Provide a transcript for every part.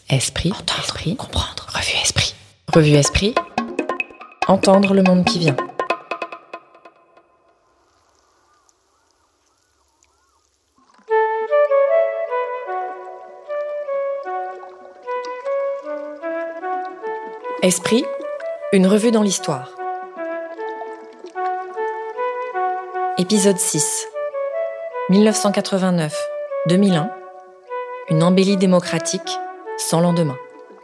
Esprit, entendre, esprit, comprendre. Revue Esprit. Revue Esprit. Entendre le monde qui vient. Esprit, une revue dans l'histoire. Épisode 6. 1989-2001. Une embellie démocratique sans lendemain.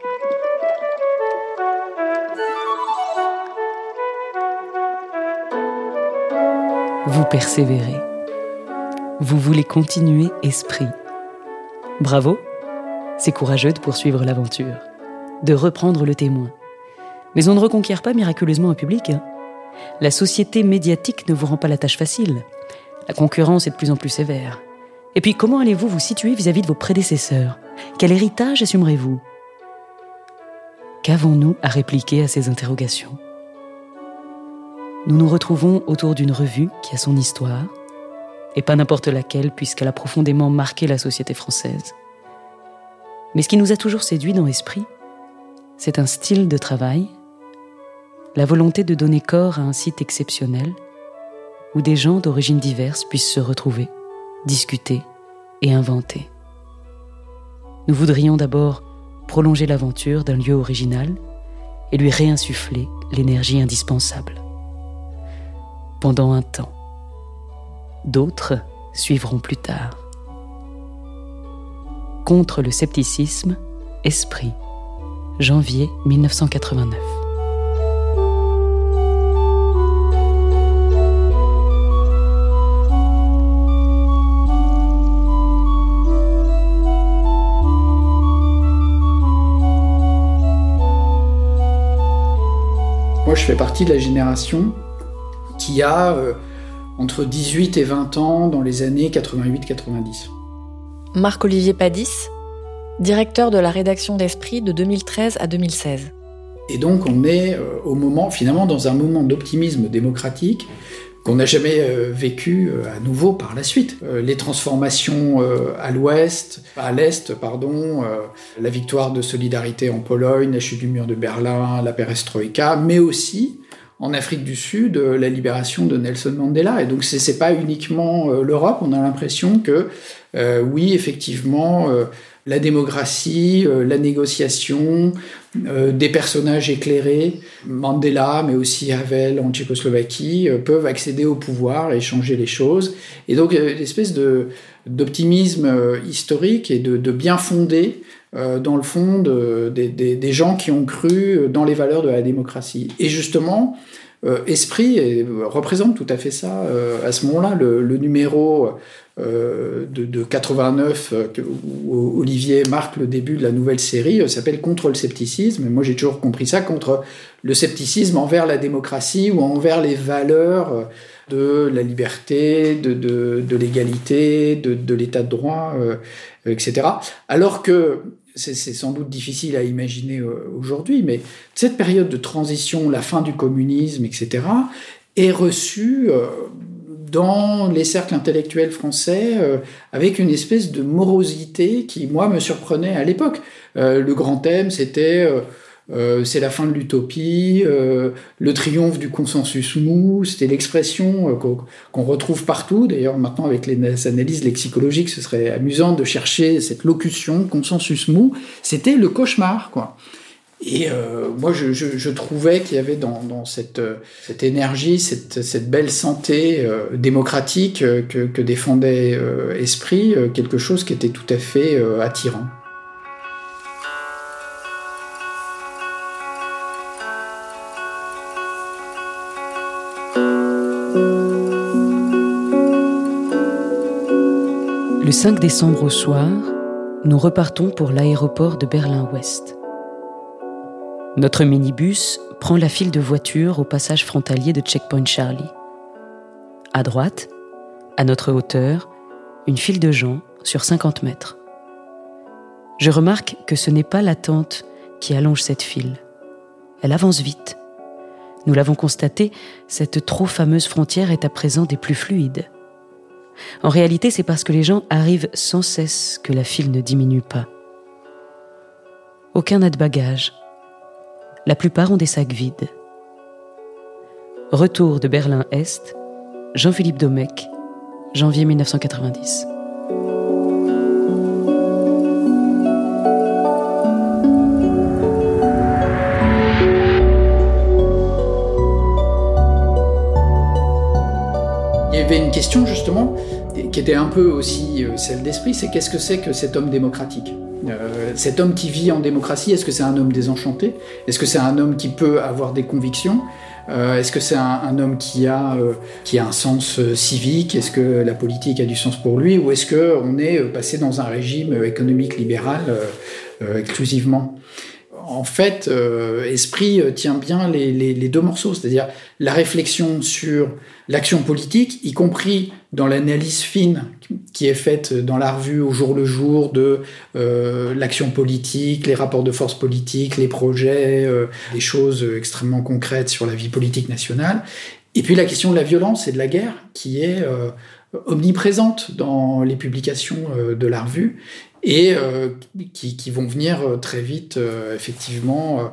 Vous persévérez. Vous voulez continuer esprit. Bravo, c'est courageux de poursuivre l'aventure, de reprendre le témoin. Mais on ne reconquiert pas miraculeusement un public. La société médiatique ne vous rend pas la tâche facile. La concurrence est de plus en plus sévère. Et puis, comment allez-vous vous situer vis-à-vis de vos prédécesseurs ? Quel héritage assumerez-vous ? Qu'avons-nous à répliquer à ces interrogations ? Nous nous retrouvons autour d'une revue qui a son histoire, et pas n'importe laquelle, puisqu'elle a profondément marqué la société française. Mais ce qui nous a toujours séduit dans Esprit, c'est un style de travail, la volonté de donner corps à un site exceptionnel, où des gens d'origines diverses puissent se retrouver, discuter et inventer. Nous voudrions d'abord prolonger l'aventure d'un lieu original et lui réinsuffler l'énergie indispensable. Pendant un temps. D'autres suivront plus tard. Contre le scepticisme, Esprit, janvier 1989. Moi, je fais partie de la génération qui a entre 18 et 20 ans dans les années 88-90. Marc-Olivier Padis, directeur de la rédaction d'Esprit de 2013 à 2016. Et donc, on est finalement dans un moment d'optimisme démocratique qu'on n'a jamais vécu à nouveau par la suite. Les transformations à l'est, la victoire de Solidarité en Pologne, la chute du mur de Berlin, la perestroïka, mais aussi en Afrique du Sud, la libération de Nelson Mandela. Et donc c'est pas uniquement l'Europe, on a l'impression que oui, effectivement, la démocratie, la négociation, des personnages éclairés, Mandela, mais aussi Havel en Tchécoslovaquie, peuvent accéder au pouvoir et changer les choses. Et donc, une espèce d'optimisme historique et de bien fondé, dans le fond, des gens qui ont cru dans les valeurs de la démocratie. Et justement, Esprit représente tout à fait ça. À ce moment-là, le numéro de 89 où Olivier marque le début de la nouvelle série s'appelle « Contre le scepticisme ». Et moi, j'ai toujours compris ça, contre le scepticisme envers la démocratie ou envers les valeurs de la liberté, de l'égalité, de l'état de droit, etc. Alors que c'est sans doute difficile à imaginer aujourd'hui, mais cette période de transition, la fin du communisme, etc., est reçue dans les cercles intellectuels français avec une espèce de morosité qui, moi, me surprenait à l'époque. Le grand thème, c'était c'est la fin de l'utopie, le triomphe du consensus mou, c'était l'expression qu'on retrouve partout. D'ailleurs, maintenant, avec les analyses lexicologiques, ce serait amusant de chercher cette locution, consensus mou. C'était le cauchemar, quoi. Et moi, je trouvais qu'il y avait dans cette énergie, cette belle santé démocratique que défendait Esprit, quelque chose qui était tout à fait attirant. Le 5 décembre au soir, nous repartons pour l'aéroport de Berlin-Ouest. Notre minibus prend la file de voitures au passage frontalier de Checkpoint Charlie. À droite, à notre hauteur, une file de gens sur 50 mètres. Je remarque que ce n'est pas l'attente qui allonge cette file. Elle avance vite. Nous l'avons constaté, cette trop fameuse frontière est à présent des plus fluides. En réalité, c'est parce que les gens arrivent sans cesse que la file ne diminue pas. Aucun n'a de bagages. La plupart ont des sacs vides. Retour de Berlin-Est, Jean-Philippe Domecq, janvier 1990. Il y avait une question justement qui était un peu aussi celle d'Esprit, c'est qu'est-ce que c'est que cet homme démocratique ? Cet homme qui vit en démocratie, est-ce que c'est un homme désenchanté ? Est-ce que c'est un homme qui peut avoir des convictions ? Est-ce que c'est un homme qui a un sens civique ? Est-ce que la politique a du sens pour lui ? Ou est-ce qu'on est passé dans un régime économique libéral exclusivement ? En fait, Esprit tient bien les deux morceaux, c'est-à-dire la réflexion sur l'action politique, y compris dans l'analyse fine qui est faite dans la revue au jour le jour de l'action politique, les rapports de force politique, les projets, des choses extrêmement concrètes sur la vie politique nationale. Et puis la question de la violence et de la guerre qui est omniprésente dans les publications de la revue et qui vont venir très vite, effectivement,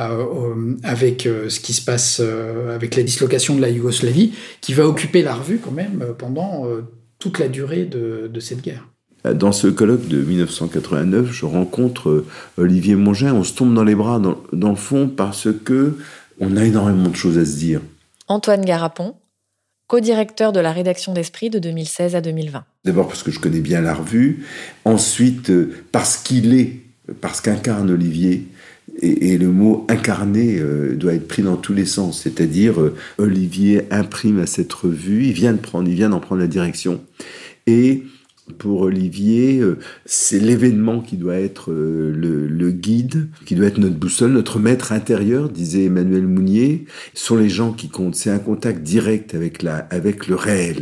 avec ce qui se passe avec la dislocation de la Yougoslavie, qui va occuper la revue quand même pendant toute la durée de cette guerre. Dans ce colloque de 1989, je rencontre Olivier Mongin. On se tombe dans les bras, dans le fond, parce que on a énormément de choses à se dire. Antoine Garapon, co-directeur de la rédaction d'Esprit de 2016 à 2020. D'abord parce que je connais bien la revue, ensuite parce qu'incarne Olivier, et le mot incarner doit être pris dans tous les sens, c'est-à-dire Olivier imprime à cette revue, il vient d'en prendre la direction, et pour Olivier, c'est l'événement qui doit être le guide, qui doit être notre boussole, notre maître intérieur, disait Emmanuel Mounier. Ce sont les gens qui comptent. C'est un contact direct avec le réel.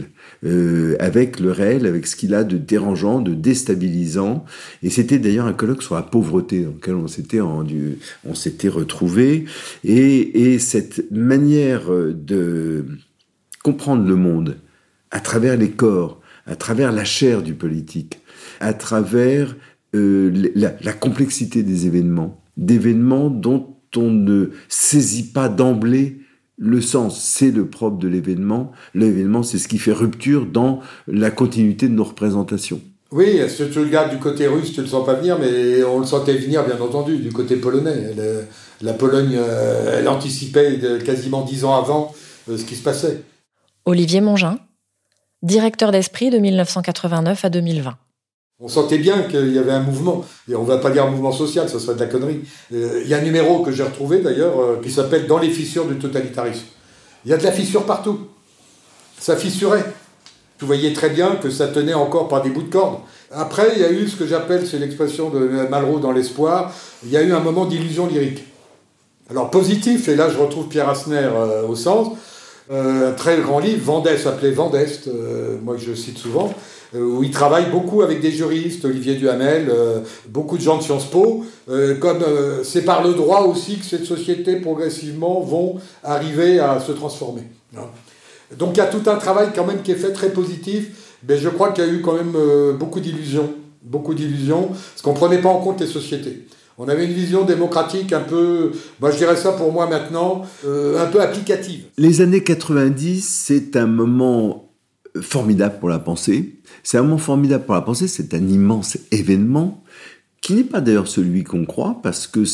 Avec ce qu'il a de dérangeant, de déstabilisant. Et c'était d'ailleurs un colloque sur la pauvreté dans lequel on s'était retrouvés. Et cette manière de comprendre le monde à travers les corps, à travers la chair du politique, à travers la complexité des événements, d'événements dont on ne saisit pas d'emblée le sens. C'est le propre de l'événement. L'événement, c'est ce qui fait rupture dans la continuité de nos représentations. Oui, si tu regardes du côté russe, tu ne le sens pas venir, mais on le sentait venir, bien entendu, du côté polonais. La Pologne, elle anticipait quasiment 10 ans avant ce qui se passait. Olivier Mongin, directeur d'Esprit de 1989 à 2020. On sentait bien qu'il y avait un mouvement, et on ne va pas dire un mouvement social, ça serait de la connerie. Il y a un numéro que j'ai retrouvé d'ailleurs, qui s'appelle « Dans les fissures du totalitarisme ». Il y a de la fissure partout. Ça fissurait. Tu voyais très bien que ça tenait encore par des bouts de corde. Après, il y a eu ce que j'appelle, c'est l'expression de Malraux dans l'Espoir, il y a eu un moment d'illusion lyrique. Alors positif, et là je retrouve Pierre Asner au centre, un très grand livre, Vendée, s'appelait Vendeste, moi que je cite souvent, où il travaille beaucoup avec des juristes, Olivier Duhamel, beaucoup de gens de Sciences Po, comme c'est par le droit aussi que cette société progressivement vont arriver à se transformer. Donc il y a tout un travail quand même qui est fait très positif, mais je crois qu'il y a eu quand même beaucoup d'illusions, parce qu'on ne prenait pas en compte les sociétés. On avait une vision démocratique un peu, je dirais ça pour moi maintenant, un peu applicative. Les années 90, c'est un moment formidable pour la pensée. C'est un moment formidable pour la pensée, c'est un immense événement qui n'est pas d'ailleurs celui qu'on croit, parce que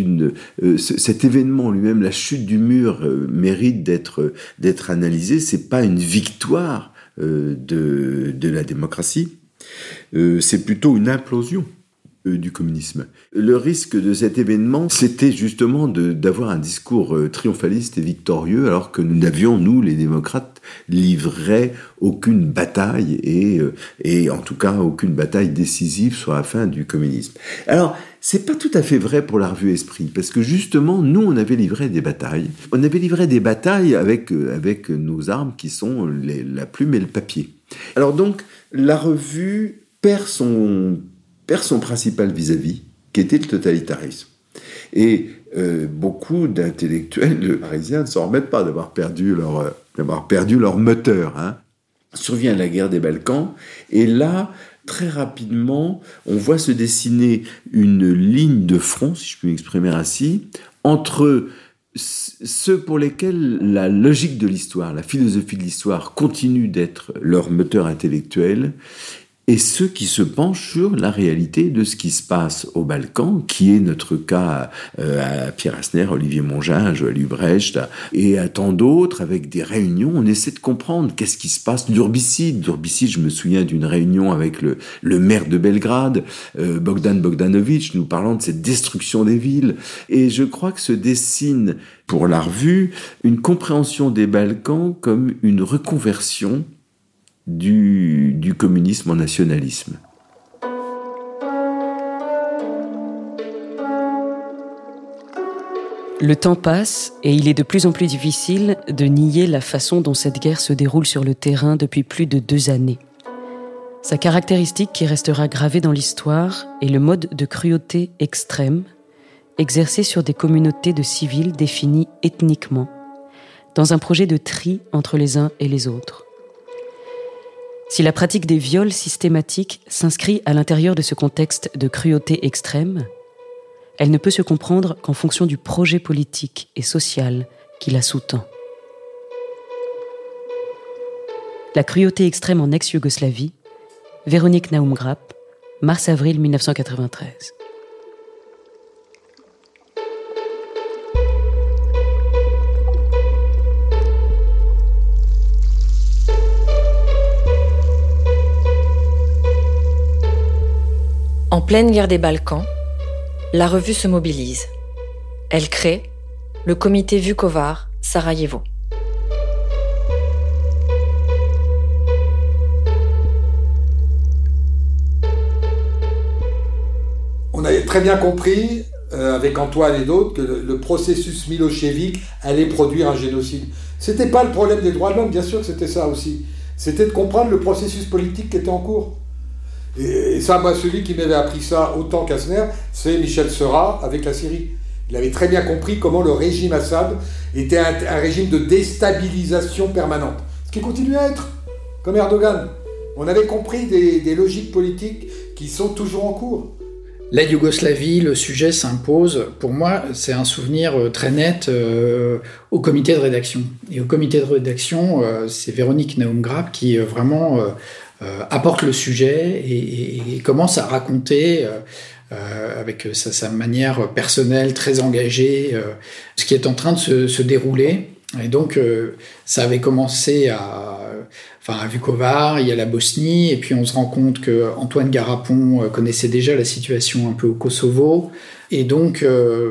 cet événement lui-même, la chute du mur, mérite d'être analysé. C'est pas une victoire de la démocratie, c'est plutôt une implosion du communisme. Le risque de cet événement, c'était justement d'avoir un discours triomphaliste et victorieux, alors que nous n'avions, nous, les démocrates, livré aucune bataille, et en tout cas aucune bataille décisive sur la fin du communisme. Alors, c'est pas tout à fait vrai pour la revue Esprit, parce que justement, nous, on avait livré des batailles. On avait livré des batailles avec nos armes qui sont la plume et le papier. Alors donc, la revue perd son principal vis-à-vis, qui était le totalitarisme. Et beaucoup d'intellectuels parisiens ne s'en remettent pas d'avoir perdu leur moteur. Survient la guerre des Balkans, et là, très rapidement, on voit se dessiner une ligne de front, si je peux m'exprimer ainsi, entre ceux pour lesquels la logique de l'histoire, la philosophie de l'histoire continue d'être leur moteur intellectuel, et ceux qui se penchent sur la réalité de ce qui se passe aux Balkans, qui est notre cas à Pierre Asner, Olivier Mongin, Joël Ubrecht, et à tant d'autres, avec des réunions, on essaie de comprendre qu'est-ce qui se passe. L'urbicide, je me souviens d'une réunion avec le maire de Belgrade, Bogdan Bogdanovic, nous parlant de cette destruction des villes. Et je crois que se dessine, pour la revue, une compréhension des Balkans comme une reconversion du communisme en nationalisme. Le temps passe et il est de plus en plus difficile de nier la façon dont cette guerre se déroule sur le terrain depuis plus de 2 années. Sa caractéristique qui restera gravée dans l'histoire est le mode de cruauté extrême exercé sur des communautés de civils définies ethniquement, dans un projet de tri entre les uns et les autres. Si la pratique des viols systématiques s'inscrit à l'intérieur de ce contexte de cruauté extrême, elle ne peut se comprendre qu'en fonction du projet politique et social qui la sous-tend. La cruauté extrême en ex-Yougoslavie, Véronique Naum-Grappe, mars-avril 1993. En pleine guerre des Balkans, la revue se mobilise. Elle crée le comité Vukovar Sarajevo. On avait très bien compris, avec Antoine et d'autres, que le processus Milošević allait produire un génocide. C'était pas le problème des droits de l'homme, bien sûr que c'était ça aussi. C'était de comprendre le processus politique qui était en cours. Et ça, moi, celui qui m'avait appris ça autant qu'Asner, c'est Michel Seurat avec la Syrie. Il avait très bien compris comment le régime Assad était un régime de déstabilisation permanente. Ce qui continue à être, comme Erdogan. On avait compris des logiques politiques qui sont toujours en cours. La Yougoslavie, le sujet s'impose. Pour moi, c'est un souvenir très net au comité de rédaction. Et au comité de rédaction, c'est Véronique Naum-Grappe qui vraiment apporte le sujet et commence à raconter avec sa manière personnelle très engagée ce qui est en train de se dérouler. Et donc, ça avait commencé à Vukovar, il y a la Bosnie, et puis on se rend compte que Antoine Garapon connaissait déjà la situation un peu au Kosovo, et donc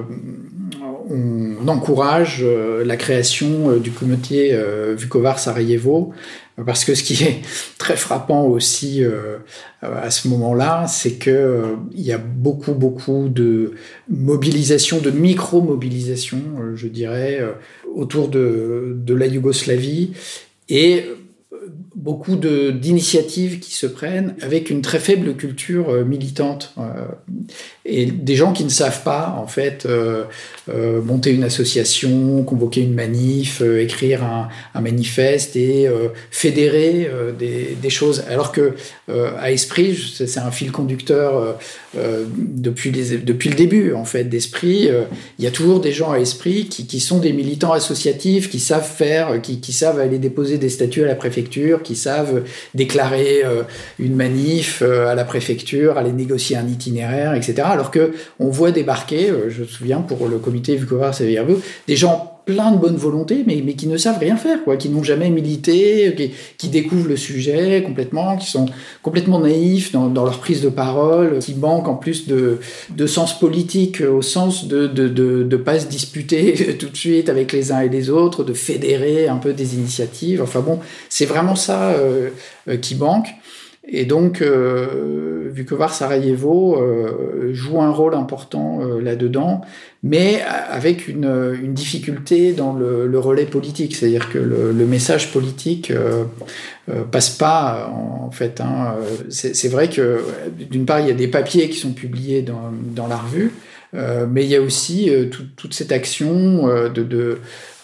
on encourage la création du comité Vukovar Sarajevo, parce que ce qui est très frappant aussi à ce moment-là, c'est que il y a beaucoup de mobilisation, de micro-mobilisation, je dirais, autour de la Yougoslavie, et beaucoup d'initiatives qui se prennent avec une très faible culture militante et des gens qui ne savent pas en fait monter une association, convoquer une manif, écrire un manifeste et fédérer des choses, alors que à Esprit, c'est un fil conducteur depuis le début en fait d'Esprit. Il y a toujours des gens à Esprit qui sont des militants associatifs, qui savent faire, qui savent aller déposer des statuts à la préfecture, qui savent déclarer une manif à la préfecture, aller négocier un itinéraire, etc. Alors que on voit débarquer, je me souviens pour le comité Vukovar Sarajevo, des gens plein de bonne volonté, mais qui ne savent rien faire, quoi, qui n'ont jamais milité, qui découvrent le sujet complètement, qui sont complètement naïfs dans leur prise de parole, qui manquent en plus de sens politique, au sens de pas se disputer tout de suite avec les uns et les autres, de fédérer un peu des initiatives. Enfin bon, c'est vraiment ça qui manque. Et donc, Vukovar Sarajevo joue un rôle important là-dedans, mais avec une difficulté dans le relais politique. C'est-à-dire que le message politique passe pas, en fait. C'est vrai que, d'une part, il y a des papiers qui sont publiés dans la revue, mais il y a aussi toute cette action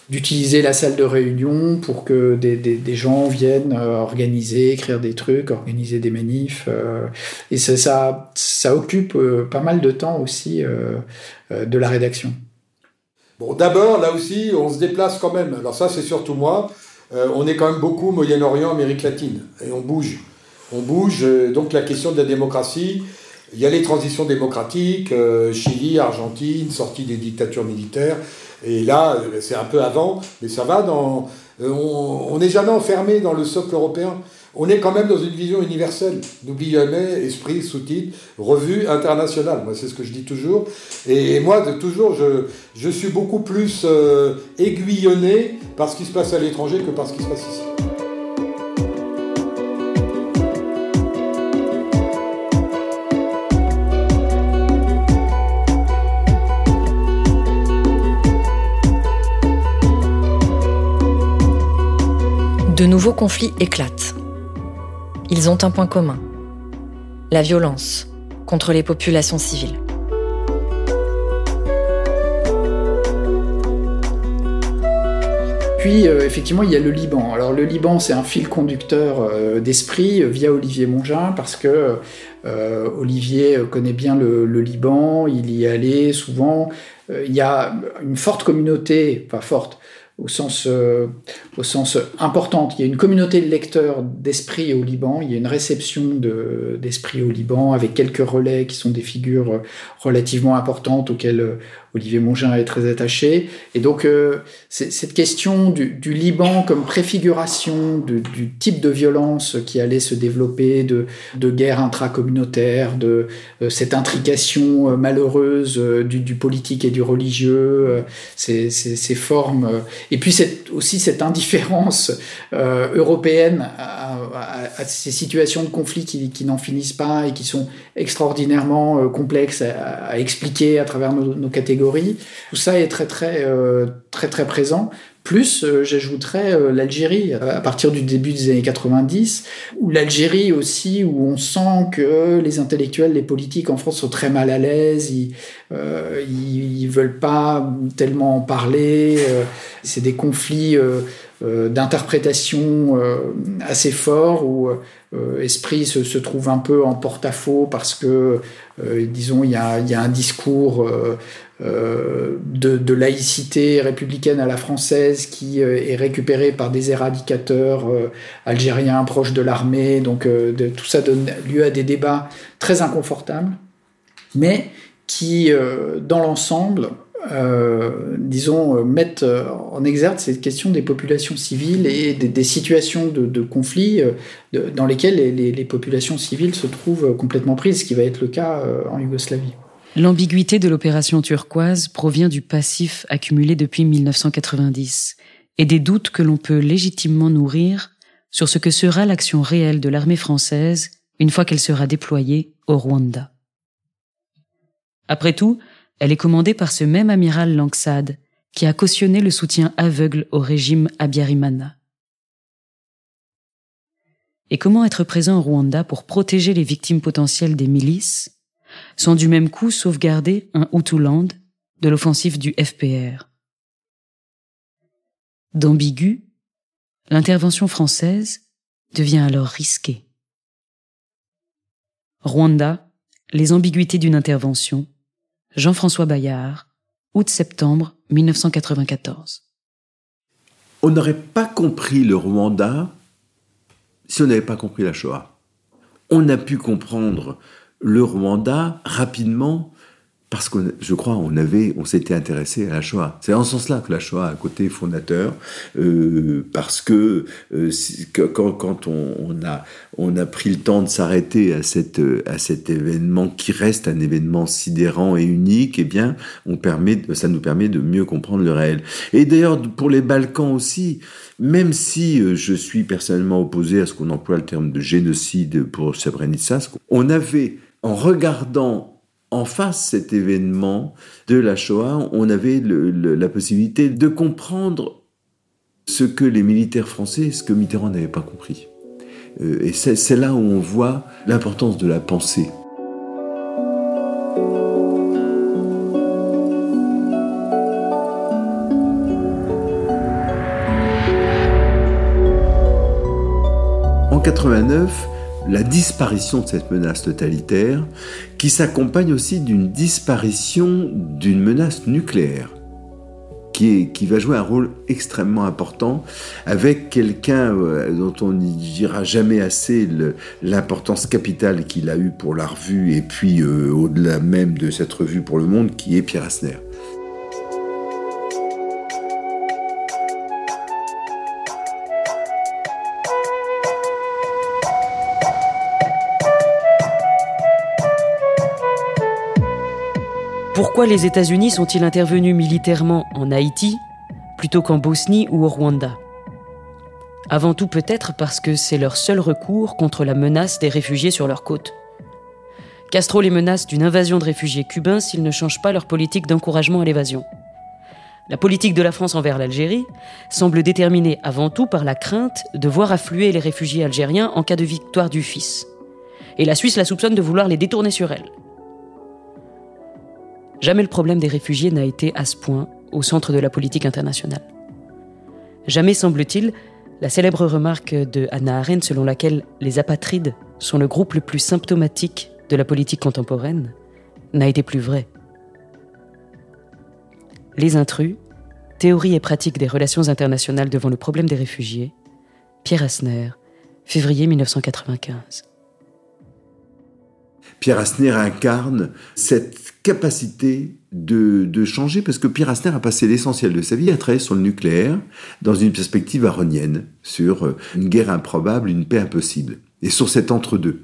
d'utiliser la salle de réunion pour que des gens viennent organiser, écrire des trucs, organiser des manifs. Et ça occupe pas mal de temps aussi de la rédaction. Bon, d'abord, là aussi, on se déplace quand même. Alors ça, c'est surtout moi. On est quand même beaucoup Moyen-Orient, Amérique latine. Et on bouge. Donc la question de la démocratie, il y a les transitions démocratiques, Chili, Argentine, sortie des dictatures militaires. Et là, c'est un peu avant, mais ça va dans... on n'est jamais enfermé dans le socle européen. On est quand même dans une vision universelle. N'oubliez jamais, esprit, sous-titre, revue internationale. Moi, c'est ce que je dis toujours. Et moi, toujours, je suis beaucoup plus aiguillonné par ce qui se passe à l'étranger que par ce qui se passe ici. De nouveaux conflits éclatent. Ils ont un point commun, la violence contre les populations civiles. Puis, effectivement, il y a le Liban. Alors, le Liban, c'est un fil conducteur d'esprit via Olivier Mongin, parce que Olivier connaît bien le Liban, il y est allé souvent. Il y a une forte communauté, pas forte, au sens importante. Il y a une communauté de lecteurs d'esprit au Liban, il y a une réception d'esprit au Liban, avec quelques relais qui sont des figures relativement importantes auxquelles Olivier Mongin est très attaché. Et donc, cette question du Liban comme préfiguration du type de violence qui allait se développer, de guerre intracommunautaire, de cette intrication malheureuse du politique et du religieux, ces formes, et puis aussi cette indifférence européenne à ces situations de conflit qui n'en finissent pas et qui sont extraordinairement complexes à expliquer à travers nos catégories. Tout ça est très très présent. Plus, j'ajouterais l'Algérie, à partir du début des années 90, où l'Algérie aussi, où on sent que les intellectuels, les politiques en France sont très mal à l'aise, ils veulent pas tellement en parler, c'est des conflits d'interprétation assez forts, où Esprit se trouve un peu en porte-à-faux parce que, disons, il y a un discours de laïcité républicaine à la française qui est récupéré par des éradicateurs algériens proches de l'armée. Donc tout ça donne lieu à des débats très inconfortables, mais qui, dans l'ensemble, disons, mettent en exergue cette question des populations civiles et des situations de conflit dans lesquelles les populations civiles se trouvent complètement prises, ce qui va être le cas en Yougoslavie. L'ambiguïté de l'opération turquoise provient du passif accumulé depuis 1990 et des doutes que l'on peut légitimement nourrir sur ce que sera l'action réelle de l'armée française une fois qu'elle sera déployée au Rwanda. Après tout, elle est commandée par ce même amiral Langsade qui a cautionné le soutien aveugle au régime Habyarimana. Et comment être présent au Rwanda pour protéger les victimes potentielles des milices, sans du même coup sauvegarder un Hutuland de l'offensive du FPR. D'ambigu, l'intervention française devient alors risquée. Rwanda, les ambiguïtés d'une intervention, Jean-François Bayard, août-septembre 1994. On n'aurait pas compris le Rwanda si on n'avait pas compris la Shoah. On a pu comprendre le Rwanda rapidement parce que, je crois, on s'était intéressé à la Shoah. C'est en ce sens-là que la Shoah a un côté fondateur, parce que quand on a pris le temps de s'arrêter à cet événement qui reste un événement sidérant et unique, eh bien, ça nous permet de mieux comprendre le réel. Et d'ailleurs, pour les Balkans aussi, même si je suis personnellement opposé à ce qu'on emploie le terme de génocide pour Srebrenica, on avait, en regardant en face cet événement de la Shoah, on avait la possibilité de comprendre ce que les militaires français, ce que Mitterrand n'avait pas compris. Et c'est là où on voit l'importance de la pensée. 1989, la disparition de cette menace totalitaire, qui s'accompagne aussi d'une disparition d'une menace nucléaire, qui va jouer un rôle extrêmement important, avec quelqu'un dont on n'y dira jamais assez l'importance capitale qu'il a eue pour la revue, et puis au-delà même de cette revue pour le monde, qui est Pierre Asner. Pourquoi les États-Unis sont-ils intervenus militairement en Haïti plutôt qu'en Bosnie ou au Rwanda ? Avant tout peut-être parce que c'est leur seul recours contre la menace des réfugiés sur leurs côtes. Castro les menace d'une invasion de réfugiés cubains s'ils ne changent pas leur politique d'encouragement à l'évasion. La politique de la France envers l'Algérie semble déterminée avant tout par la crainte de voir affluer les réfugiés algériens en cas de victoire du fils. Et la Suisse la soupçonne de vouloir les détourner sur elle. Jamais le problème des réfugiés n'a été à ce point au centre de la politique internationale. Jamais, semble-t-il, la célèbre remarque de Hannah Arendt selon laquelle les apatrides sont le groupe le plus symptomatique de la politique contemporaine n'a été plus vraie. Les intrus, théorie et pratique des relations internationales devant le problème des réfugiés, Pierre Asner, février 1995. Pierre Asner incarne cette capacité de changer, parce que Pierre Asner a passé l'essentiel de sa vie à travailler sur le nucléaire, dans une perspective aronienne, sur une guerre improbable, une paix impossible, et sur cet entre-deux.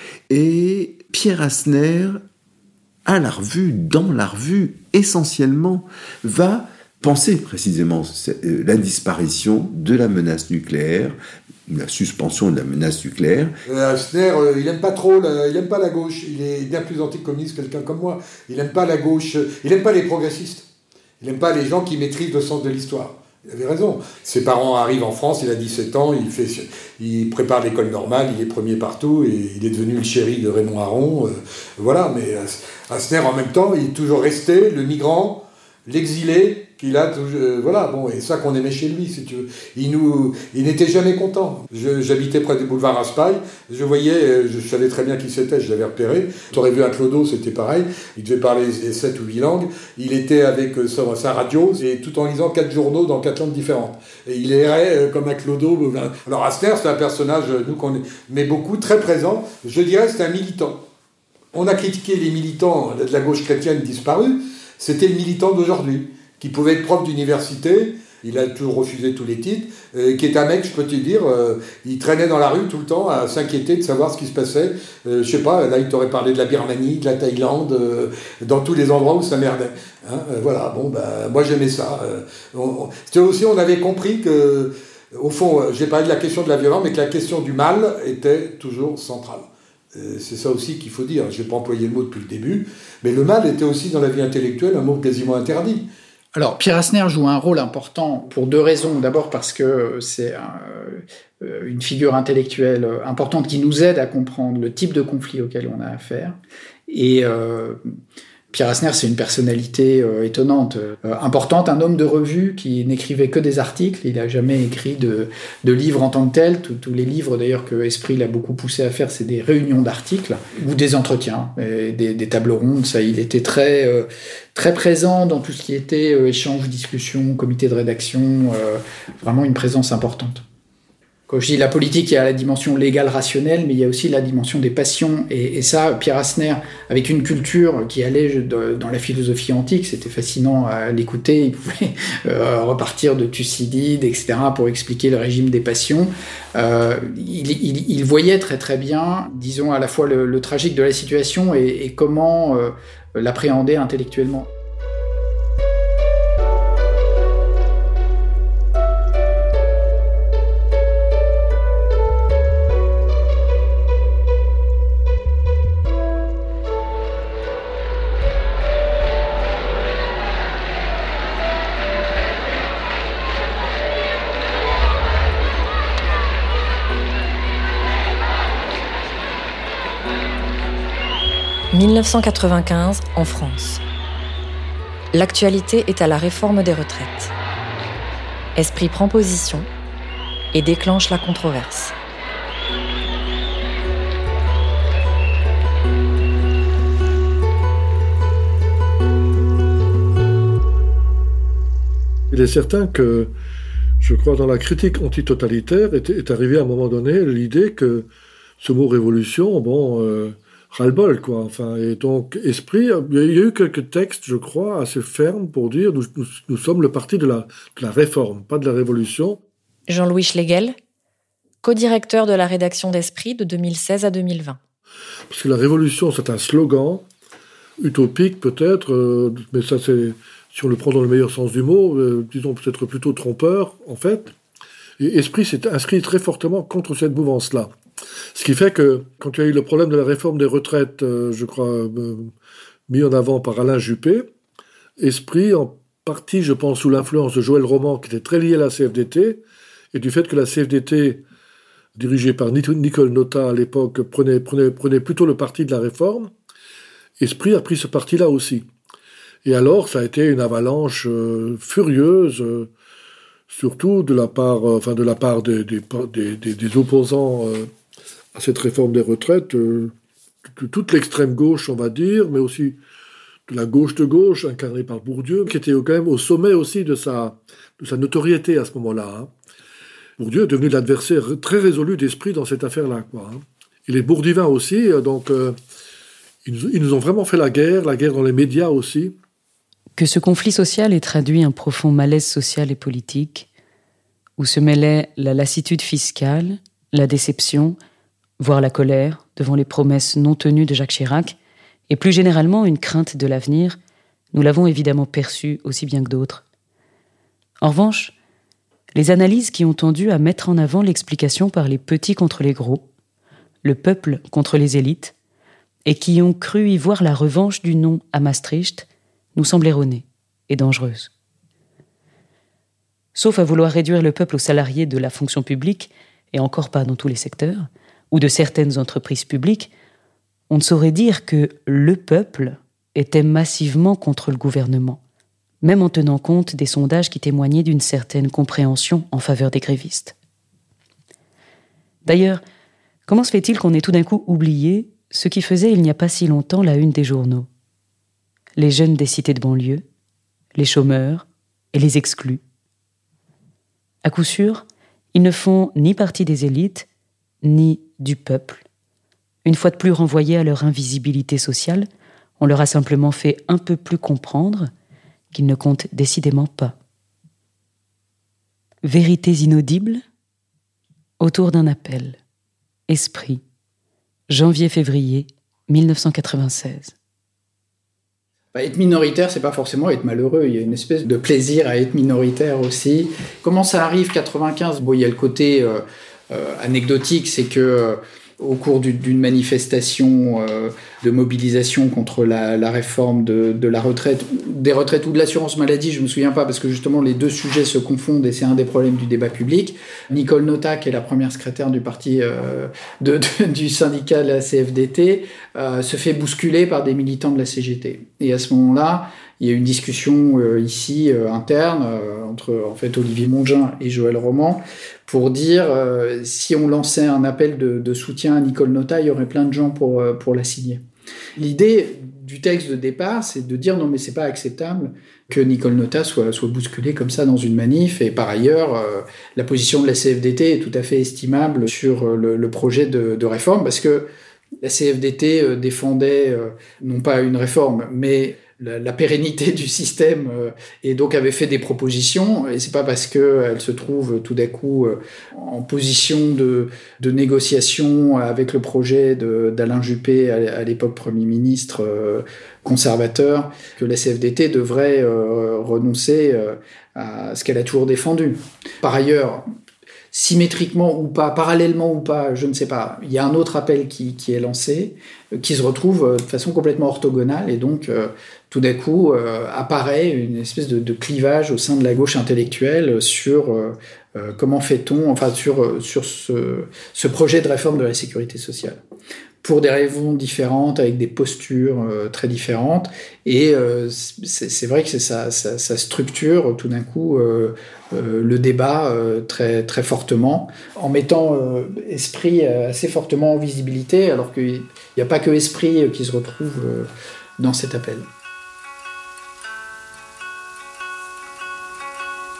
Et Pierre Asner, dans la revue, essentiellement, va penser précisément la disparition de la menace nucléaire, la suspension de la menace nucléaire. Asner, il n'aime pas trop, il n'aime pas la gauche, il est bien plus anticommuniste que quelqu'un comme moi, il n'aime pas la gauche, il n'aime pas les progressistes, il n'aime pas les gens qui maîtrisent le sens de l'histoire. Il avait raison. Ses parents arrivent en France, il a 17 ans, il prépare l'école normale, il est premier partout, et il est devenu le chéri de Raymond Aron. Voilà, mais Asner, en même temps, il est toujours resté le migrant, l'exilé, qu'il a voilà, bon, et ça qu'on aimait chez lui, si tu veux. Il n'était jamais content. J'habitais près du boulevard Raspail, je savais très bien qui c'était, je l'avais repéré. Tu aurais vu un Clodo, c'était pareil, il devait parler 7 ou 8 langues, il était avec sa radio, et tout en lisant 4 journaux dans 4 langues différentes. Et il errait comme un Clodo. Alors Asner, c'est un personnage, nous qu'on aimait beaucoup, très présent, je dirais c'est un militant. On a critiqué les militants de la gauche chrétienne disparus, c'était le militant d'aujourd'hui, qui pouvait être prof d'université, il a toujours refusé tous les titres, qui est un mec, je peux te dire, il traînait dans la rue tout le temps à s'inquiéter de savoir ce qui se passait. Je sais pas, là il t'aurait parlé de la Birmanie, de la Thaïlande, dans tous les endroits où ça merdait. Hein, voilà, bon, moi j'aimais ça. C'était aussi, on avait compris que, au fond, j'ai parlé de la question de la violence, mais que la question du mal était toujours centrale. C'est ça aussi qu'il faut dire. Je n'ai pas employé le mot depuis le début, mais le mal était aussi dans la vie intellectuelle un mot quasiment interdit. Alors, Pierre Asner joue un rôle important pour 2 raisons. D'abord parce que c'est une figure intellectuelle importante qui nous aide à comprendre le type de conflit auquel on a affaire. Et Pierre Asner, c'est une personnalité étonnante, importante, un homme de revue qui n'écrivait que des articles. Il n'a jamais écrit de livres en tant que tel. Tous les livres, d'ailleurs, que Esprit l'a beaucoup poussé à faire, c'est des réunions d'articles ou des entretiens, des tables rondes. Ça, il était très présent dans tout ce qui était échange, discussion, comité de rédaction, vraiment une présence importante. Quand je dis la politique, il y a la dimension légale, rationnelle, mais il y a aussi la dimension des passions. Et ça, Pierre Asner, avec une culture qui allait dans la philosophie antique, c'était fascinant à l'écouter. Il pouvait repartir de Thucydide, etc., pour expliquer le régime des passions. Il voyait très très bien, disons, à la fois le tragique de la situation et comment l'appréhender intellectuellement. « 1995, en France. L'actualité est à la réforme des retraites. Esprit prend position et déclenche la controverse. Il est certain que, je crois, dans la critique antitotalitaire, est arrivée à un moment donné l'idée que ce mot révolution, ras-le-bol, quoi. Enfin, et donc, esprit, il y a eu quelques textes, je crois, assez fermes pour dire nous sommes le parti de la réforme, pas de la révolution. Jean-Louis Schlegel, co-directeur de la rédaction d'Esprit de 2016 à 2020. Parce que la révolution, c'est un slogan, utopique peut-être, mais ça c'est, si on le prend dans le meilleur sens du mot, disons peut-être plutôt trompeur, en fait. Et Esprit s'est inscrit très fortement contre cette mouvance-là. Ce qui fait que, quand il y a eu le problème de la réforme des retraites, je crois, mis en avant par Alain Juppé, Esprit, en partie, je pense, sous l'influence de Joël Roman, qui était très lié à la CFDT, et du fait que la CFDT, dirigée par Nicole Notat à l'époque, prenait plutôt le parti de la réforme, Esprit a pris ce parti-là aussi. Et alors, ça a été une avalanche furieuse, surtout de la part des opposants à cette réforme des retraites, de toute l'extrême gauche, on va dire, mais aussi de la gauche de gauche, incarnée par Bourdieu, qui était quand même au sommet aussi de sa notoriété à ce moment-là. Hein. Bourdieu est devenu l'adversaire très résolu d'Esprit dans cette affaire-là, quoi. Hein. Et les Bourdivains aussi, donc ils nous ont vraiment fait la guerre dans les médias aussi. Que ce conflit social ait traduit un profond malaise social et politique, où se mêlaient la lassitude fiscale, la déception, voire la colère devant les promesses non tenues de Jacques Chirac, et plus généralement une crainte de l'avenir, nous l'avons évidemment perçu aussi bien que d'autres. En revanche, les analyses qui ont tendu à mettre en avant l'explication par les petits contre les gros, le peuple contre les élites, et qui ont cru y voir la revanche du non à Maastricht, nous semblent erronées et dangereuses. Sauf à vouloir réduire le peuple aux salariés de la fonction publique, et encore pas dans tous les secteurs, ou de certaines entreprises publiques, on ne saurait dire que le peuple était massivement contre le gouvernement, même en tenant compte des sondages qui témoignaient d'une certaine compréhension en faveur des grévistes. D'ailleurs, comment se fait-il qu'on ait tout d'un coup oublié ce qui faisait il n'y a pas si longtemps la une des journaux ? Les jeunes des cités de banlieue, les chômeurs et les exclus. À coup sûr, ils ne font ni partie des élites, ni du peuple. Une fois de plus renvoyés à leur invisibilité sociale, on leur a simplement fait un peu plus comprendre qu'ils ne comptent décidément pas. Vérités inaudibles autour d'un appel. Esprit. Janvier-février 1996. Être minoritaire, c'est pas forcément être malheureux. Il y a une espèce de plaisir à être minoritaire aussi. Comment ça arrive, 95 ? Bon, il y a le côté anecdotique, c'est que au cours d'une manifestation de mobilisation contre la réforme de la retraite, des retraites ou de l'assurance maladie, je me souviens pas, parce que justement les deux sujets se confondent et c'est un des problèmes du débat public. Nicole Notat, qui est la première secrétaire du parti du syndicat de la CFDT, se fait bousculer par des militants de la CGT. Et à ce moment-là, il y a une discussion ici interne entre en fait Olivier Mongin et Joël Roman pour dire si on lançait un appel de soutien à Nicole Notat, il y aurait plein de gens pour la signer. L'idée du texte de départ, c'est de dire non mais c'est pas acceptable que Nicole Notat soit bousculée comme ça dans une manif, et par ailleurs la position de la CFDT est tout à fait estimable sur le projet de réforme, parce que la CFDT défendait non pas une réforme mais la pérennité du système, et donc avait fait des propositions, et c'est pas parce qu'elle se trouve tout d'un coup en position de négociation avec le projet d'Alain Juppé, à l'époque Premier ministre conservateur, que la CFDT devrait renoncer à ce qu'elle a toujours défendu. Par ailleurs, symétriquement ou pas, parallèlement ou pas, je ne sais pas, il y a un autre appel qui est lancé, qui se retrouve de façon complètement orthogonale, et donc tout d'un coup apparaît une espèce de clivage au sein de la gauche intellectuelle sur comment fait-on, enfin sur ce projet de réforme de la sécurité sociale. Pour des raisons différentes, avec des postures très différentes, et c'est vrai que ça structure tout d'un coup le débat très, très fortement, en mettant Esprit assez fortement en visibilité, alors qu'il n'y a pas que Esprit qui se retrouve dans cet appel.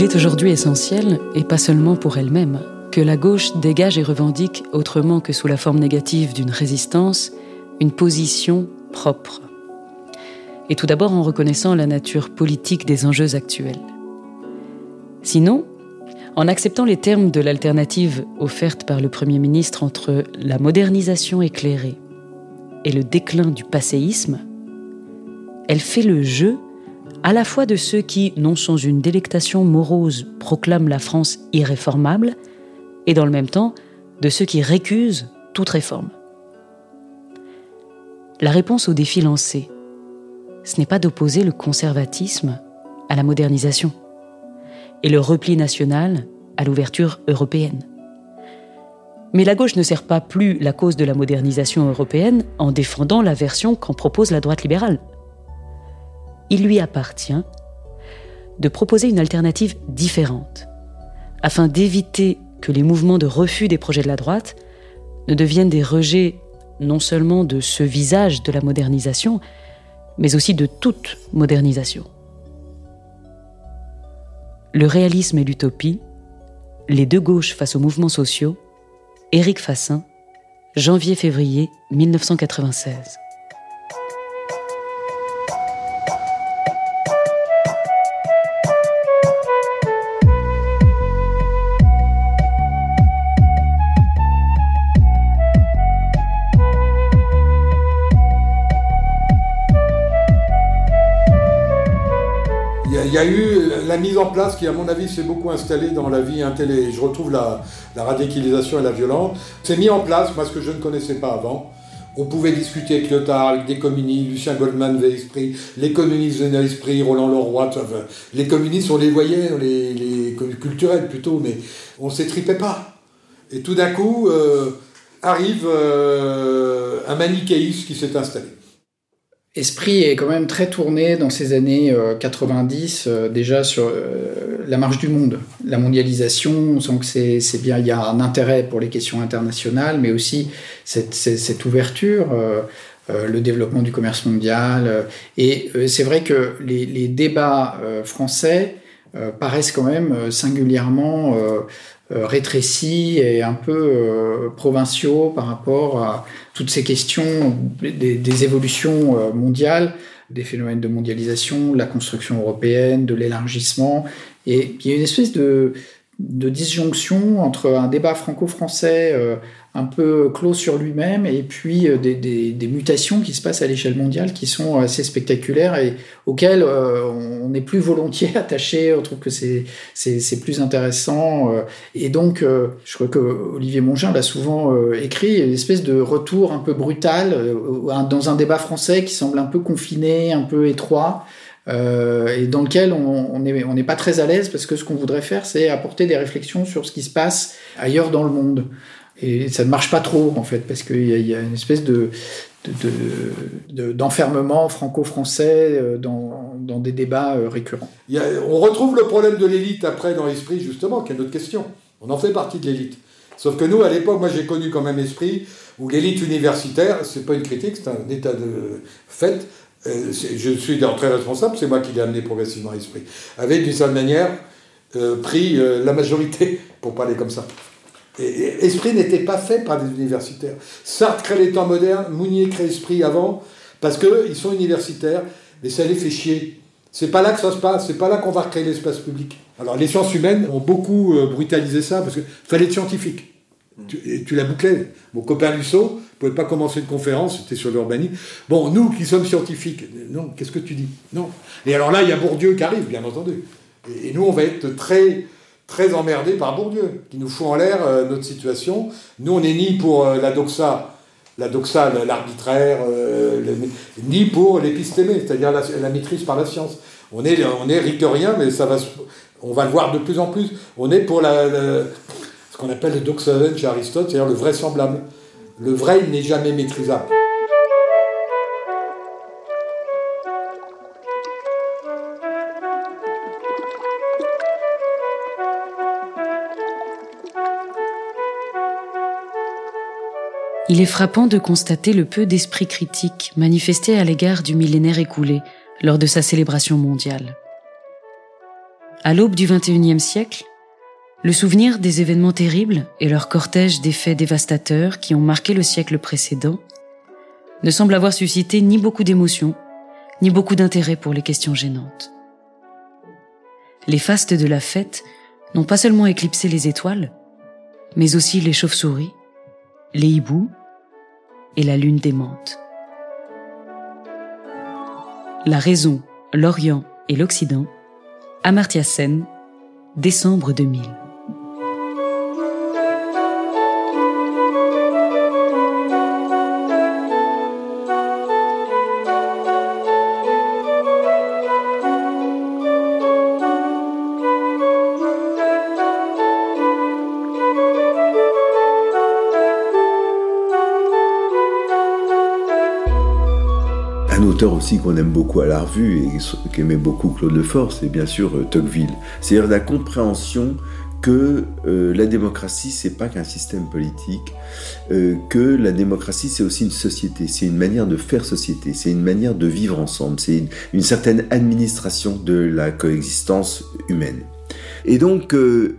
Il est aujourd'hui essentiel, et pas seulement pour elle-même, que la gauche dégage et revendique, autrement que sous la forme négative d'une résistance, une position propre. Et tout d'abord en reconnaissant la nature politique des enjeux actuels. Sinon, en acceptant les termes de l'alternative offerte par le Premier ministre entre la modernisation éclairée et le déclin du passéisme, elle fait le jeu à la fois de ceux qui, non sans une délectation morose, proclament la France irréformable, et dans le même temps, de ceux qui récusent toute réforme. La réponse au défi lancé, ce n'est pas d'opposer le conservatisme à la modernisation et le repli national à l'ouverture européenne. Mais la gauche ne sert pas plus la cause de la modernisation européenne en défendant la version qu'en propose la droite libérale. Il lui appartient de proposer une alternative différente, afin d'éviter que les mouvements de refus des projets de la droite ne deviennent des rejets non seulement de ce visage de la modernisation, mais aussi de toute modernisation. Le réalisme et l'utopie, les deux gauches face aux mouvements sociaux, Éric Fassin, janvier-février 1996. Il y a eu la mise en place qui, à mon avis, s'est beaucoup installée dans la vie je retrouve la radicalisation et la violence. C'est mis en place, moi, ce que je ne connaissais pas avant. On pouvait discuter avec Lyotard, avec des communistes, Lucien Goldman venait à l'esprit, les communistes venaient à l'esprit, Roland Leroy, enfin, les communistes, on les voyait, les culturels plutôt, mais on ne s'étripait pas. Et tout d'un coup, arrive un manichéisme qui s'est installé. Esprit est quand même très tourné dans ces années 90, déjà sur la marche du monde, la mondialisation. On sent que c'est bien, il y a un intérêt pour les questions internationales, mais aussi cette ouverture, le développement du commerce mondial. Et c'est vrai que les débats français paraissent quand même singulièrement rétrécis et un peu provinciaux par rapport à toutes ces questions des évolutions mondiales, des phénomènes de mondialisation, de la construction européenne, de l'élargissement. Et il y a une espèce de disjonction entre un débat franco-français un peu clos sur lui-même et puis des mutations qui se passent à l'échelle mondiale qui sont assez spectaculaires et auxquelles on est plus volontiers attaché, on trouve que c'est plus intéressant. Et donc, je crois que Olivier Mongin l'a souvent écrit, une espèce de retour un peu brutal dans un débat français qui semble un peu confiné, un peu étroit, et dans lequel on n'est pas très à l'aise parce que ce qu'on voudrait faire, c'est apporter des réflexions sur ce qui se passe ailleurs dans le monde. Et ça ne marche pas trop, en fait, parce qu'il y a une espèce d'enfermement franco-français dans des débats récurrents. On retrouve le problème de l'élite après dans Esprit, justement, qui est notre question. On en fait partie de l'élite. Sauf que nous, à l'époque, moi j'ai connu quand même Esprit, où l'élite universitaire, c'est pas une critique, c'est un état de fait. Je suis très responsable, c'est moi qui l'ai amené progressivement à Esprit. Avait d'une certaine manière pris la majorité, pour parler comme ça. Et Esprit n'était pas fait par des universitaires. Sartre crée les temps modernes, Mounier crée Esprit avant, parce qu'ils sont universitaires, mais ça les fait chier. C'est pas là que ça se passe, c'est pas là qu'on va recréer l'espace public. Alors les sciences humaines ont beaucoup brutalisé ça, parce qu'il fallait être scientifique. Tu l'as bouclé. Mon copain Lusso ne pouvait pas commencer une conférence, c'était sur l'urbanisme. Bon, nous qui sommes scientifiques, non, qu'est-ce que tu dis? Non. Et alors là, il y a Bourdieu qui arrive, bien entendu. Et nous, on va être très emmerdés par Bourdieu, qui nous fout en l'air notre situation. Nous, on n'est ni pour la doxa, l'arbitraire, ni pour l'épistémé, c'est-à-dire la maîtrise par la science. On est ricoeurien, mais on va le voir de plus en plus. On est pour ce qu'on appelle le doxazen chez Aristote, c'est-à-dire le vraisemblable. Le vrai, il n'est jamais maîtrisable. Il est frappant de constater le peu d'esprit critique manifesté à l'égard du millénaire écoulé lors de sa célébration mondiale. À l'aube du XXIe siècle, le souvenir des événements terribles et leur cortège d'effets dévastateurs qui ont marqué le siècle précédent ne semble avoir suscité ni beaucoup d'émotions, ni beaucoup d'intérêt pour les questions gênantes. Les fastes de la fête n'ont pas seulement éclipsé les étoiles, mais aussi les chauves-souris, les hiboux et la lune démente. La raison, l'Orient et l'Occident, Amartya Sen, décembre 2000. Un auteur aussi qu'on aime beaucoup à la revue et qu'aimait beaucoup Claude Lefort, c'est bien sûr Tocqueville. C'est-à-dire la compréhension que la démocratie, c'est pas qu'un système politique, que la démocratie, c'est aussi une société, c'est une manière de faire société, c'est une manière de vivre ensemble, c'est une certaine administration de la coexistence humaine. Et donc,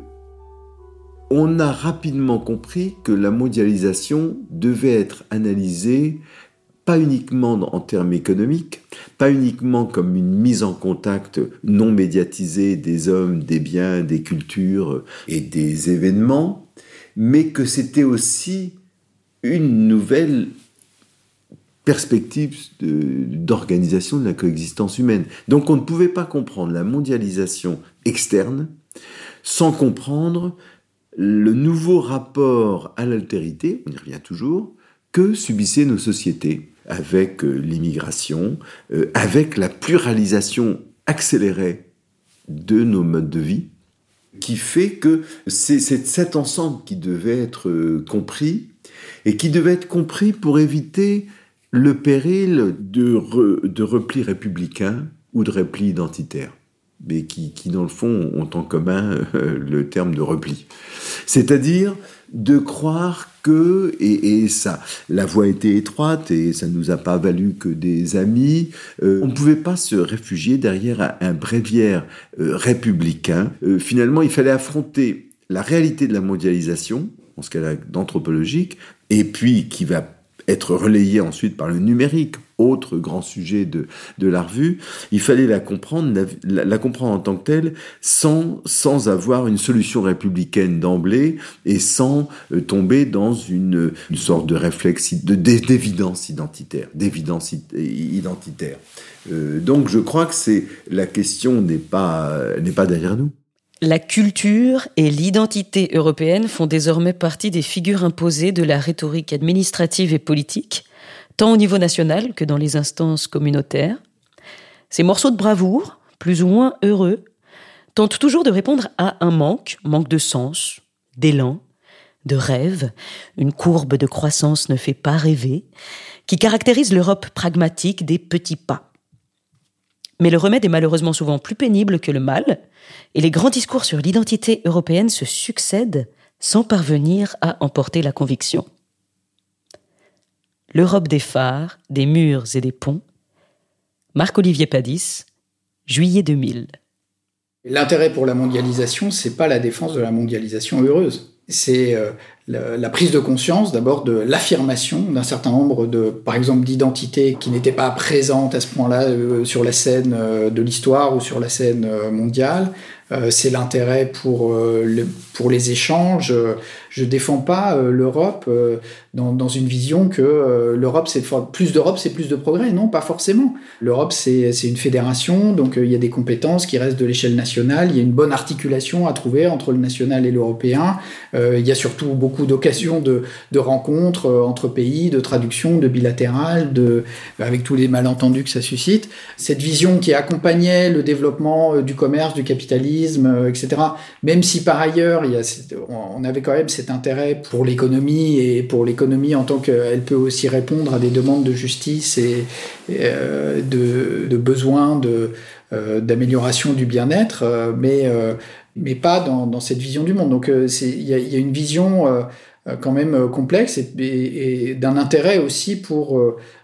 on a rapidement compris que la mondialisation devait être analysée pas uniquement en termes économiques, pas uniquement comme une mise en contact non médiatisée des hommes, des biens, des cultures et des événements, mais que c'était aussi une nouvelle perspective d'organisation de la coexistence humaine. Donc on ne pouvait pas comprendre la mondialisation externe sans comprendre le nouveau rapport à l'altérité, on y revient toujours, que subissaient nos sociétés, avec l'immigration, avec la pluralisation accélérée de nos modes de vie, qui fait que c'est cet ensemble qui devait être compris, et qui devait être compris pour éviter le péril de repli républicain ou de repli identitaire, mais qui dans le fond ont en commun le terme de repli. C'est-à-dire de croire que, et ça, la voie était étroite et ça ne nous a pas valu que des amis, on ne pouvait pas se réfugier derrière un bréviaire républicain. Finalement, il fallait affronter la réalité de la mondialisation, en ce cas-là d'anthropologique, et puis qui va être relayée ensuite par le numérique, autre grand sujet de la revue. Il fallait la comprendre en tant que telle, sans avoir une solution républicaine d'emblée et sans tomber dans une sorte de réflexe d'évidence identitaire. Donc je crois que la question n'est pas derrière nous. La culture et l'identité européenne font désormais partie des figures imposées de la rhétorique administrative et politique, tant au niveau national que dans les instances communautaires. Ces morceaux de bravoure, plus ou moins heureux, tentent toujours de répondre à un manque de sens, d'élan, de rêve, une courbe de croissance ne fait pas rêver, qui caractérise l'Europe pragmatique des petits pas. Mais le remède est malheureusement souvent plus pénible que le mal, et les grands discours sur l'identité européenne se succèdent sans parvenir à emporter la conviction. L'Europe des phares, des murs et des ponts, Marc-Olivier Padis, juillet 2000. L'intérêt pour la mondialisation, c'est pas la défense de la mondialisation heureuse. C'est la prise de conscience d'abord de l'affirmation d'un certain nombre par exemple, d'identités qui n'étaient pas présentes à ce point-là sur la scène de l'histoire ou sur la scène mondiale. C'est l'intérêt pour les échanges. Je défends pas l'Europe dans une vision que l'Europe, plus d'Europe, c'est plus de progrès. Non, pas forcément. L'Europe, c'est une fédération, donc il y a des compétences qui restent de l'échelle nationale. Il y a une bonne articulation à trouver entre le national et l'européen. Il y a surtout beaucoup d'occasions de rencontres entre pays, de traductions, de bilatérales, avec tous les malentendus que ça suscite. Cette vision qui accompagnait le développement du commerce, du capitalisme, etc. Même si par ailleurs, on avait quand même cet intérêt pour l'économie, et pour l'économie en tant qu'elle peut aussi répondre à des demandes de justice et de besoins d'amélioration du bien-être, mais pas dans cette vision du monde. Donc il y a une vision quand même complexe et d'un intérêt aussi pour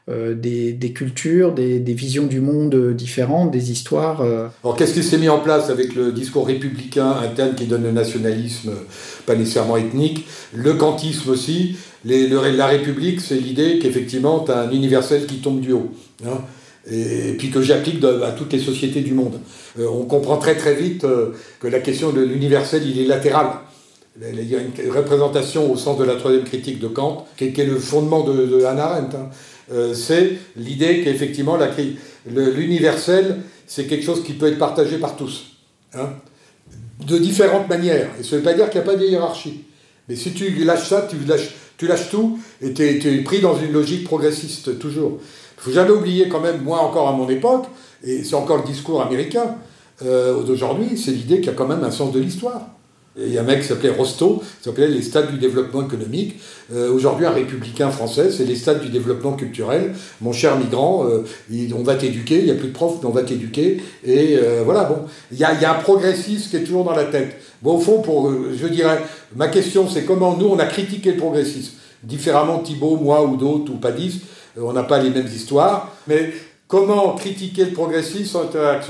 des cultures, des visions du monde différentes, des histoires. Alors qu'est-ce qui s'est mis en place avec le discours républicain interne qui donne le nationalisme, pas nécessairement ethnique, le kantisme aussi, la République, c'est l'idée qu'effectivement tu as un universel qui tombe du haut, hein, et puis que j'applique à toutes les sociétés du monde. On comprend très très vite que la question de l'universel, il est latéral. Il y a une représentation au sens de la troisième critique de Kant, qui est le fondement de Hannah Arendt. C'est l'idée qu'effectivement l'universel, c'est quelque chose qui peut être partagé par tous, hein, de différentes manières. Et ça ne veut pas dire qu'il n'y a pas de hiérarchie. Mais si tu lâches ça, tu lâches tout, et tu es pris dans une logique progressiste, toujours. Il ne faut jamais oublier quand même, moi encore à mon époque, et c'est encore le discours américain d'aujourd'hui, c'est l'idée qu'il y a quand même un sens de l'histoire. Et il y a un mec qui s'appelait Rostow, qui s'appelait les stades du développement économique. Aujourd'hui, un républicain français, c'est les stades du développement culturel. Mon cher migrant, on va t'éduquer, il n'y a plus de profs, mais on va t'éduquer. Et voilà, bon. Il y a un progressisme qui est toujours dans la tête. Bon, au fond, je dirais, ma question, c'est comment nous, on a critiqué le progressisme. Différemment, Thibault, moi ou d'autres, ou Padis, on n'a pas les mêmes histoires. Mais comment critiquer le progressisme sans être réactionnaire ?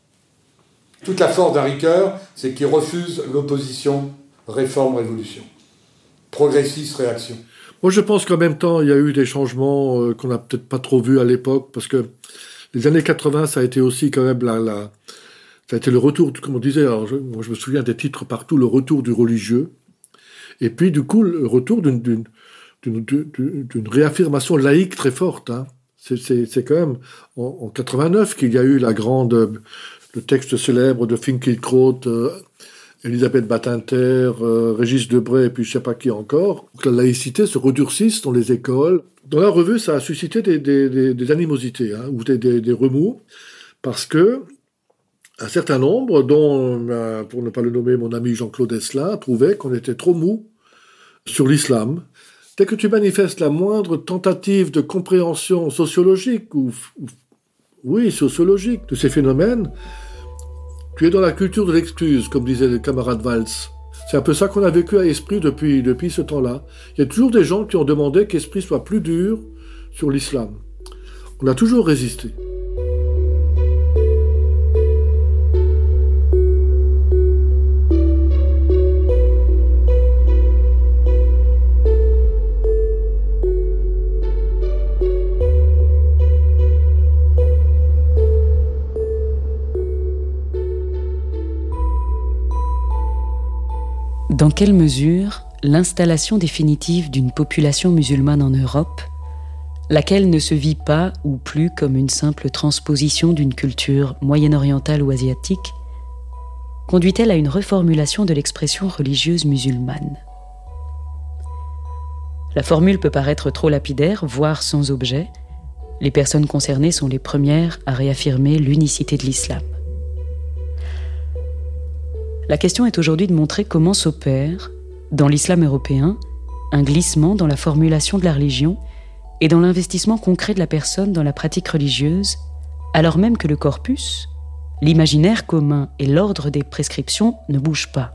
Toute la force d'un Ricoeur, c'est qu'il refuse l'opposition réforme-révolution. Progressiste-réaction. Moi, je pense qu'en même temps, il y a eu des changements qu'on n'a peut-être pas trop vus à l'époque, parce que les années 80, ça a été aussi quand même ça a été le retour, comme on disait, moi je me souviens des titres partout, le retour du religieux, et puis du coup, le retour d'une réaffirmation laïque très forte. Hein. C'est quand même en 89 qu'il y a eu le texte célèbre de Finkielkraut, Elisabeth Badinter, Régis Debray et puis je ne sais pas qui encore, que la laïcité se redurcisse dans les écoles. Dans la revue, ça a suscité des animosités, hein, ou des remous, parce que un certain nombre, dont, pour ne pas le nommer, mon ami Jean-Claude Esselin, trouvaient qu'on était trop mou sur l'islam. Dès que tu manifestes la moindre tentative de compréhension sociologique sociologique de ces phénomènes, tu es dans la culture de l'excuse, comme disait le camarade Valls. C'est un peu ça qu'on a vécu à Esprit depuis ce temps-là. Il y a toujours des gens qui ont demandé qu'Esprit soit plus dur sur l'islam. On a toujours résisté. Dans quelle mesure l'installation définitive d'une population musulmane en Europe, laquelle ne se vit pas ou plus comme une simple transposition d'une culture moyen-orientale ou asiatique, conduit-elle à une reformulation de l'expression religieuse musulmane ? La formule peut paraître trop lapidaire, voire sans objet. Les personnes concernées sont les premières à réaffirmer l'unicité de l'islam. La question est aujourd'hui de montrer comment s'opère, dans l'islam européen, un glissement dans la formulation de la religion et dans l'investissement concret de la personne dans la pratique religieuse, alors même que le corpus, l'imaginaire commun et l'ordre des prescriptions ne bougent pas.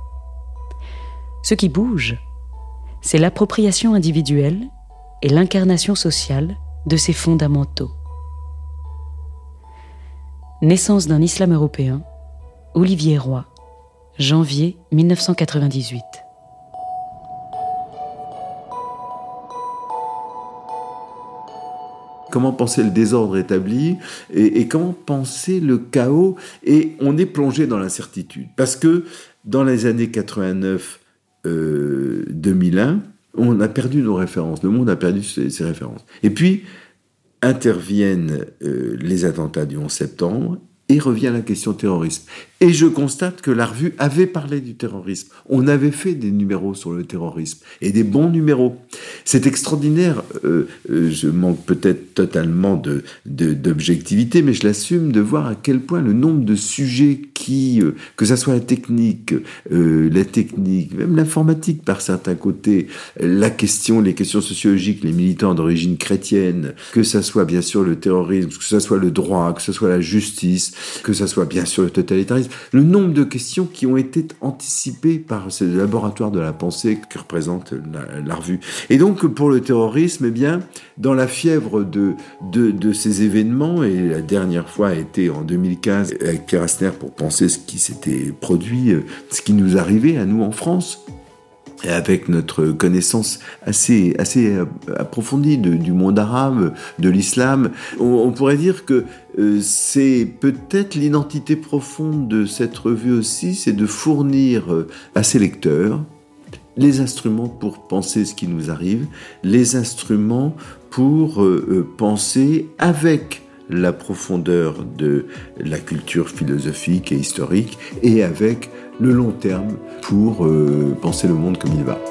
Ce qui bouge, c'est l'appropriation individuelle et l'incarnation sociale de ces fondamentaux. Naissance d'un islam européen, Olivier Roy, janvier 1998. Comment penser le désordre établi et comment penser le chaos, et on est plongé dans l'incertitude. Parce que dans les années 89-2001, on a perdu nos références, le monde a perdu ses références. Et puis interviennent les attentats du 11 septembre, et revient la question terrorisme. Et je constate que la revue avait parlé du terrorisme. On avait fait des numéros sur le terrorisme, et des bons numéros. C'est extraordinaire. Je manque peut-être totalement d'objectivité, mais je l'assume, de voir à quel point le nombre de sujets que ça soit la technique, même l'informatique par certains côtés, les questions sociologiques, les militants d'origine chrétienne, que ça soit bien sûr le terrorisme, que ça soit le droit, que ce soit la justice, que ça soit bien sûr le totalitarisme, le nombre de questions qui ont été anticipées par ce laboratoire de la pensée que représente la revue. Et donc pour le terrorisme, eh bien, dans la fièvre de ces événements, et la dernière fois a été en 2015 avec Pierre Asner pour penser ce qui s'était produit, ce qui nous arrivait à nous en France, et avec notre connaissance assez approfondie du monde arabe, de l'islam, on pourrait dire que c'est peut-être l'identité profonde de cette revue aussi, c'est de fournir à ses lecteurs les instruments pour penser ce qui nous arrive, les instruments pour penser avec la profondeur de la culture philosophique et historique et avec le long terme pour penser le monde comme il va.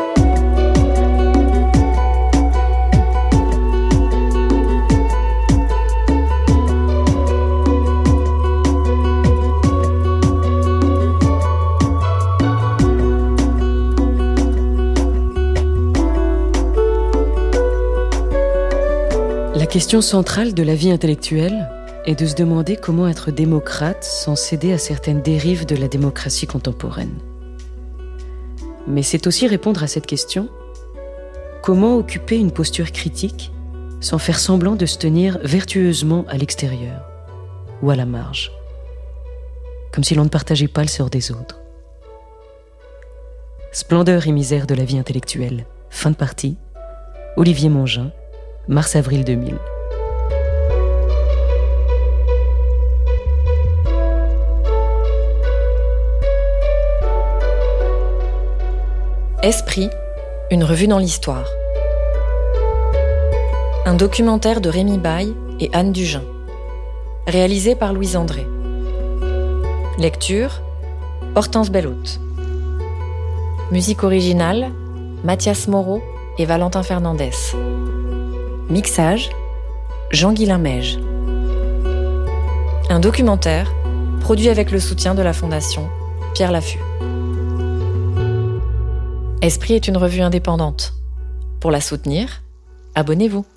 La question centrale de la vie intellectuelle est de se demander comment être démocrate sans céder à certaines dérives de la démocratie contemporaine. Mais c'est aussi répondre à cette question, comment occuper une posture critique sans faire semblant de se tenir vertueusement à l'extérieur ou à la marge, comme si l'on ne partageait pas le sort des autres. Splendeur et misère de la vie intellectuelle, fin de partie, Olivier Mongin, mars-avril 2000. Esprit, une revue dans l'histoire. Un documentaire de Rémi Baille et Anne Dugin. Réalisé par Louise André. Lecture, Hortense Bellotte. Musique originale, Mathias Moreau et Valentin Fernandez. Mixage, Jean-Guilain Meige. Un documentaire produit avec le soutien de la Fondation Pierre Laffut. Esprit est une revue indépendante. Pour la soutenir, abonnez-vous.